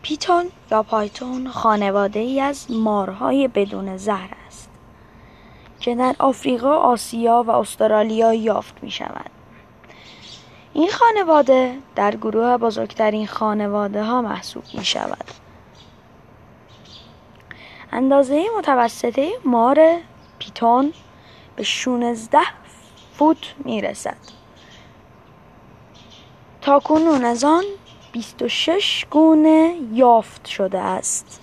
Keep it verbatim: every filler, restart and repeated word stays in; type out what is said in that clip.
پیتون یا پایتون خانواده ای از مارهای بدون زهر است که در آفریقا، آسیا و استرالیا یافت می شود. این خانواده در گروه بزرگترین خانواده ها محسوب می شود. اندازه متوسطه مار پیتون به شانزده فوت می رسد. تاکنون از آن بیست و شش گونه یافت شده است.